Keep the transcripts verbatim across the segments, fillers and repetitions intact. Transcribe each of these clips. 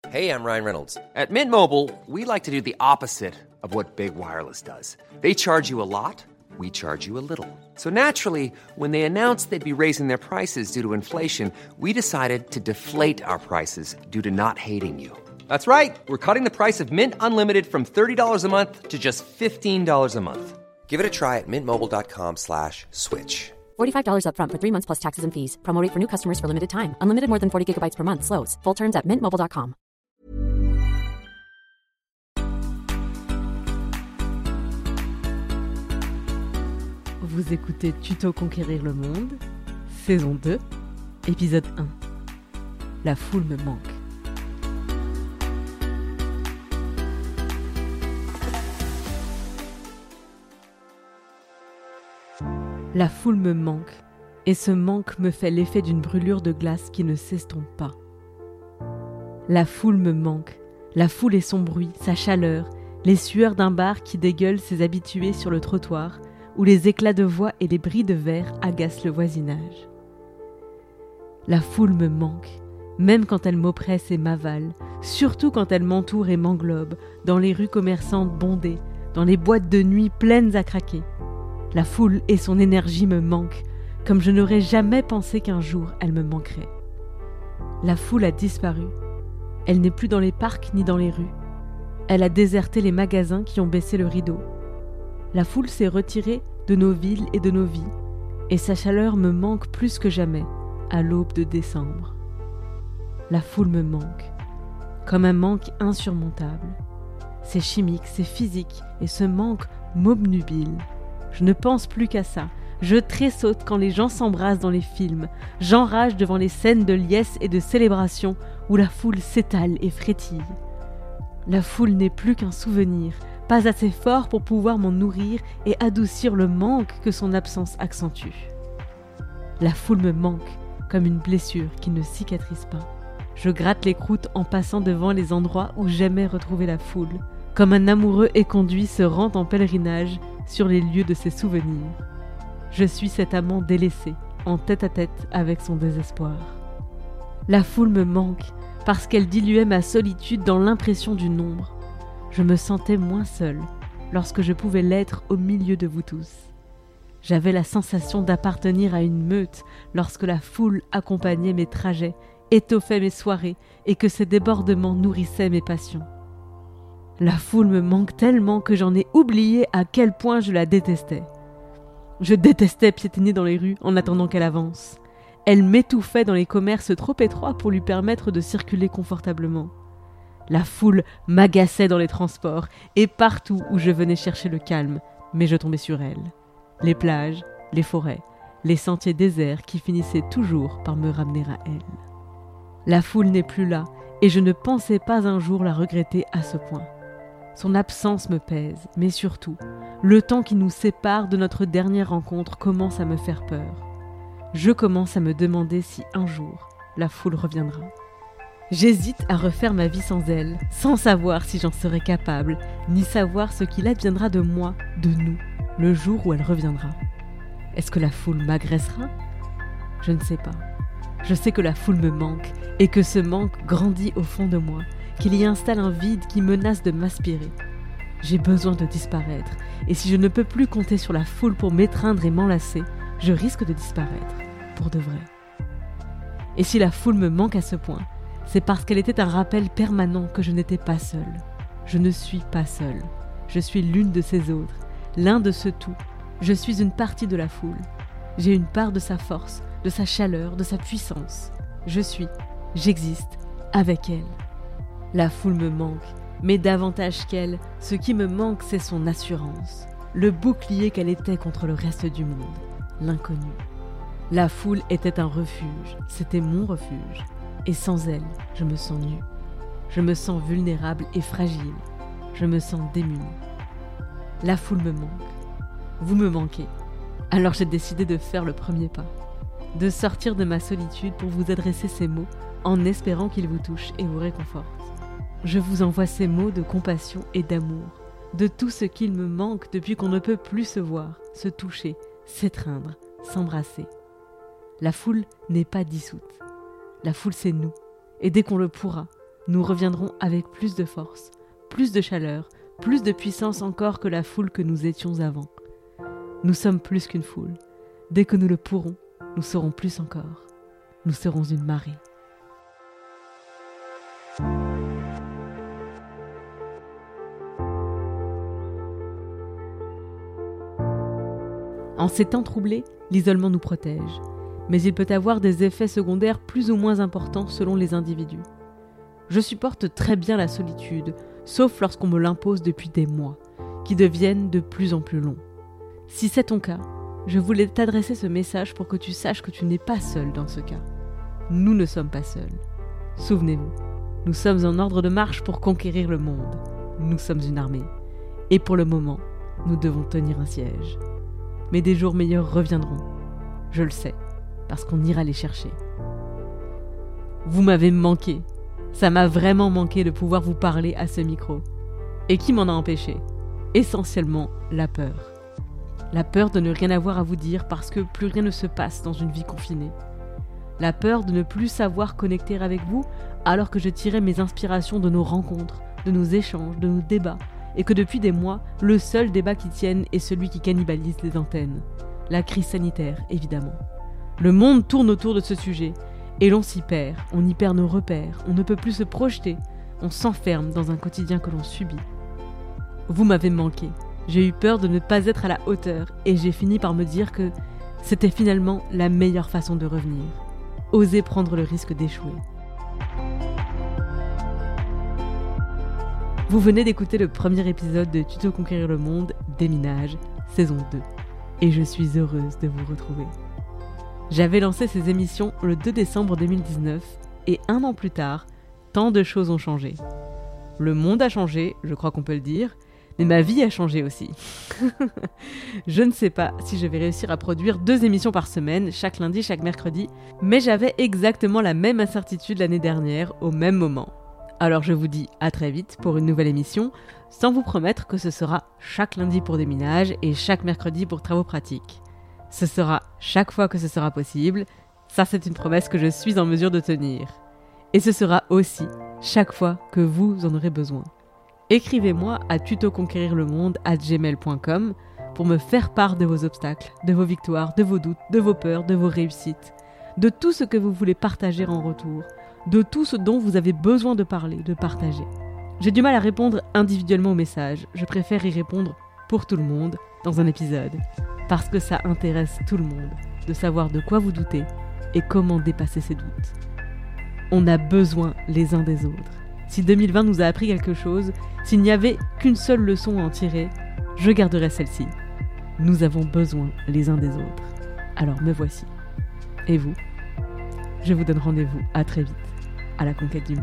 Hey, I'm Ryan Reynolds. At Mint Mobile, we like to do the opposite of what Big Wireless does. They charge you a lot, we charge you a little. So naturally, when they announced they'd be raising their prices due to inflation, we decided to deflate our prices due to not hating you. That's right. We're cutting the price of Mint Unlimited from thirty dollars a month to just fifteen dollars a month. Give it a try at mintmobile.com slash switch. forty-five dollars up front for three months plus taxes and fees. Promo rate for new customers for limited time. Unlimited more than forty gigabytes per month. Slows full terms at mint mobile dot com. Vous écoutez Tuto Conquérir le Monde, saison deux, épisode un. La foule me manque. La foule me manque, et ce manque me fait l'effet d'une brûlure de glace qui ne s'estompe pas. La foule me manque, la foule et son bruit, sa chaleur, les sueurs d'un bar qui dégueule ses habitués sur le trottoir, où les éclats de voix et les bris de verre agacent le voisinage. La foule me manque, même quand elle m'oppresse et m'avale, surtout quand elle m'entoure et m'englobe, dans les rues commerçantes bondées, dans les boîtes de nuit pleines à craquer. La foule et son énergie me manquent, comme je n'aurais jamais pensé qu'un jour elle me manquerait. La foule a disparu. Elle n'est plus dans les parcs ni dans les rues. Elle a déserté les magasins qui ont baissé le rideau. La foule s'est retirée de nos villes et de nos vies, et sa chaleur me manque plus que jamais, à l'aube de décembre. La foule me manque, comme un manque insurmontable. C'est chimique, c'est physique, et ce manque m'obnubile. Je ne pense plus qu'à ça. Je tressaute quand les gens s'embrassent dans les films. J'enrage devant les scènes de liesse et de célébration où la foule s'étale et frétille. La foule n'est plus qu'un souvenir, pas assez fort pour pouvoir m'en nourrir et adoucir le manque que son absence accentue. La foule me manque, comme une blessure qui ne cicatrise pas. Je gratte les croûtes en passant devant les endroits où j'aimais retrouver la foule, comme un amoureux éconduit se rend en pèlerinage sur les lieux de ses souvenirs. Je suis cet amant délaissé, en tête-à-tête avec son désespoir. La foule me manque, parce qu'elle diluait ma solitude dans l'impression du nombre. Je me sentais moins seule, lorsque je pouvais l'être au milieu de vous tous. J'avais la sensation d'appartenir à une meute, lorsque la foule accompagnait mes trajets, étoffait mes soirées, et que ses débordements nourrissaient mes passions. La foule me manque tellement que j'en ai oublié à quel point je la détestais. Je détestais piétiner dans les rues en attendant qu'elle avance. Elle m'étouffait dans les commerces trop étroits pour lui permettre de circuler confortablement. La foule m'agaçait dans les transports et partout où je venais chercher le calme, mais je tombais sur elle. Les plages, les forêts, les sentiers déserts qui finissaient toujours par me ramener à elle. La foule n'est plus là et je ne pensais pas un jour la regretter à ce point. Son absence me pèse, mais surtout, le temps qui nous sépare de notre dernière rencontre commence à me faire peur. Je commence à me demander si un jour, la foule reviendra. J'hésite à refaire ma vie sans elle, sans savoir si j'en serai capable, ni savoir ce qu'il adviendra de moi, de nous, le jour où elle reviendra. Est-ce que la foule m'agressera ? Je ne sais pas. Je sais que la foule me manque, et que ce manque grandit au fond de moi, qu'il y installe un vide qui menace de m'aspirer. J'ai besoin de disparaître, et si je ne peux plus compter sur la foule pour m'étreindre et m'enlacer, je risque de disparaître, pour de vrai. Et si la foule me manque à ce point, c'est parce qu'elle était un rappel permanent que je n'étais pas seule. Je ne suis pas seule. Je suis l'une de ces autres, l'un de ce tout. Je suis une partie de la foule. J'ai une part de sa force, de sa chaleur, de sa puissance. Je suis, j'existe, avec elle. La foule me manque, mais davantage qu'elle, ce qui me manque, c'est son assurance, le bouclier qu'elle était contre le reste du monde, l'inconnu. La foule était un refuge, c'était mon refuge, et sans elle, je me sens nue. Je me sens vulnérable et fragile, je me sens démunie. La foule me manque, vous me manquez, alors j'ai décidé de faire le premier pas, de sortir de ma solitude pour vous adresser ces mots en espérant qu'ils vous touchent et vous réconfortent. Je vous envoie ces mots de compassion et d'amour, de tout ce qu'il me manque depuis qu'on ne peut plus se voir, se toucher, s'étreindre, s'embrasser. La foule n'est pas dissoute. La foule, c'est nous. Et dès qu'on le pourra, nous reviendrons avec plus de force, plus de chaleur, plus de puissance encore que la foule que nous étions avant. Nous sommes plus qu'une foule. Dès que nous le pourrons, nous serons plus encore. Nous serons une marée. En ces temps troublés, l'isolement nous protège, mais il peut avoir des effets secondaires plus ou moins importants selon les individus. Je supporte très bien la solitude, sauf lorsqu'on me l'impose depuis des mois, qui deviennent de plus en plus longs. Si c'est ton cas, je voulais t'adresser ce message pour que tu saches que tu n'es pas seul dans ce cas. Nous ne sommes pas seuls. Souvenez-vous, nous sommes en ordre de marche pour conquérir le monde. Nous sommes une armée. Et pour le moment, nous devons tenir un siège. Mais des jours meilleurs reviendront. Je le sais, parce qu'on ira les chercher. Vous m'avez manqué. Ça m'a vraiment manqué de pouvoir vous parler à ce micro. Et qui m'en a empêché ? Essentiellement, la peur. La peur de ne rien avoir à vous dire parce que plus rien ne se passe dans une vie confinée. La peur de ne plus savoir connecter avec vous alors que je tirais mes inspirations de nos rencontres, de nos échanges, de nos débats, et que depuis des mois, le seul débat qui tienne est celui qui cannibalise les antennes. La crise sanitaire, évidemment. Le monde tourne autour de ce sujet, et l'on s'y perd, on y perd nos repères, on ne peut plus se projeter, on s'enferme dans un quotidien que l'on subit. Vous m'avez manqué, j'ai eu peur de ne pas être à la hauteur, et j'ai fini par me dire que c'était finalement la meilleure façon de revenir. Oser prendre le risque d'échouer. Vous venez d'écouter le premier épisode de Tuto Conquérir le Monde, Déminage, saison deux. Et je suis heureuse de vous retrouver. J'avais lancé ces émissions le deux décembre deux mille dix-neuf, et un an plus tard, tant de choses ont changé. Le monde a changé, je crois qu'on peut le dire, mais ma vie a changé aussi. Je ne sais pas si je vais réussir à produire deux émissions par semaine, chaque lundi, chaque mercredi, mais j'avais exactement la même incertitude l'année dernière, au même moment. Alors je vous dis à très vite pour une nouvelle émission, sans vous promettre que ce sera chaque lundi pour Déminage et chaque mercredi pour Travaux pratiques. Ce sera chaque fois que ce sera possible, ça c'est une promesse que je suis en mesure de tenir. Et ce sera aussi chaque fois que vous en aurez besoin. Écrivez-moi à tutoconquérirlemonde arobase gmail point com pour me faire part de vos obstacles, de vos victoires, de vos doutes, de vos peurs, de vos réussites, de tout ce que vous voulez partager en retour, de tout ce dont vous avez besoin de parler, de partager. J'ai du mal à répondre individuellement aux messages, je préfère y répondre pour tout le monde dans un épisode, parce que ça intéresse tout le monde de savoir de quoi vous doutez et comment dépasser ces doutes. On a besoin les uns des autres. Si deux mille vingt nous a appris quelque chose, s'il n'y avait qu'une seule leçon à en tirer, je garderai celle-ci. Nous avons besoin les uns des autres. Alors me voici. Et vous ? Je vous donne rendez-vous à très vite, à la conquête du monde.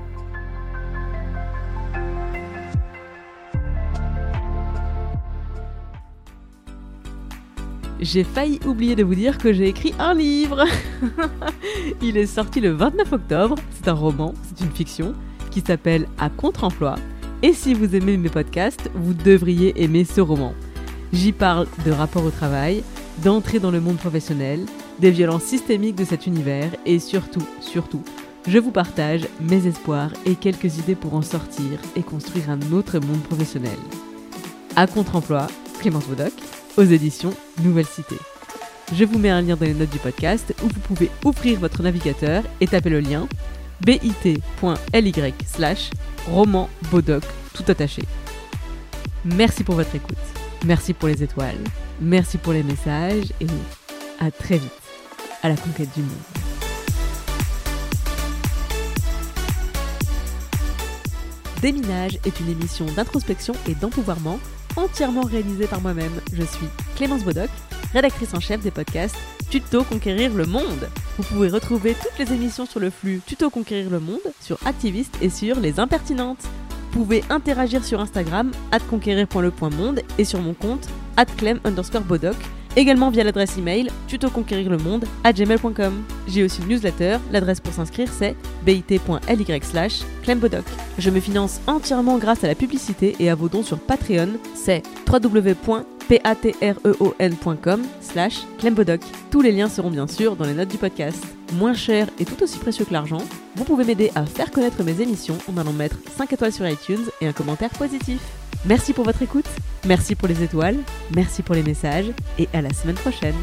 J'ai failli oublier de vous dire que j'ai écrit un livre. Il est sorti le vingt-neuf octobre, c'est un roman, c'est une fiction, qui s'appelle À contre-emploi. Et si vous aimez mes podcasts, vous devriez aimer ce roman. J'y parle de rapport au travail, d'entrée dans le monde professionnel, des violences systémiques de cet univers et surtout, surtout, je vous partage mes espoirs et quelques idées pour en sortir et construire un autre monde professionnel. À contre-emploi, Clémence Bodoc, aux éditions Nouvelle Cité. Je vous mets un lien dans les notes du podcast où vous pouvez ouvrir votre navigateur et taper le lien bit.ly slash roman Bodoc tout attaché. Merci pour votre écoute, merci pour les étoiles, merci pour les messages et à très vite à la conquête du monde. Déminage est une émission d'introspection et d'empouvoirment entièrement réalisée par moi-même. Je suis Clémence Bodoc, rédactrice en chef des podcasts Tuto Conquérir le Monde. Vous pouvez retrouver toutes les émissions sur le flux Tuto Conquérir le Monde, sur Activiste et sur Les Impertinentes. Vous pouvez interagir sur Instagram arobase conquérir point le point monde et sur mon compte arobase clem underscore bodoc, également via l'adresse email tutoconquérirlemonde arobase gmail point com. J'ai aussi une newsletter, l'adresse pour s'inscrire c'est bit.ly slash clembodoc. Je me finance entièrement grâce à la publicité et à vos dons sur Patreon, c'est www.patreon.com slash clembodoc. Tous les liens seront bien sûr dans les notes du podcast. moins cher et tout aussi précieux que l'argent, vous pouvez m'aider à faire connaître mes émissions en allant mettre cinq étoiles sur iTunes et un commentaire positif. Merci pour votre écoute, merci pour les étoiles, merci pour les messages et à la semaine prochaine.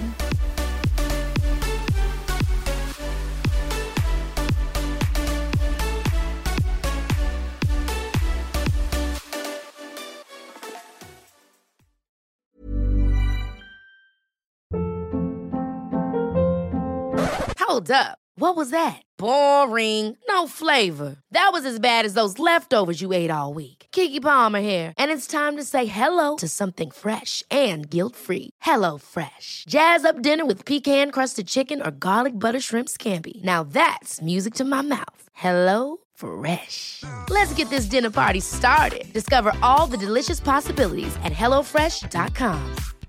Hold up. What was that? Boring. No flavor. That was as bad as those leftovers you ate all week. Keke Palmer here, and it's time to say hello to something fresh and guilt-free. Hello Fresh. Jazz up dinner with pecan-crusted chicken or garlic butter shrimp scampi. Now that's music to my mouth. Hello Fresh. Let's get this dinner party started. Discover all the delicious possibilities at hello fresh dot com.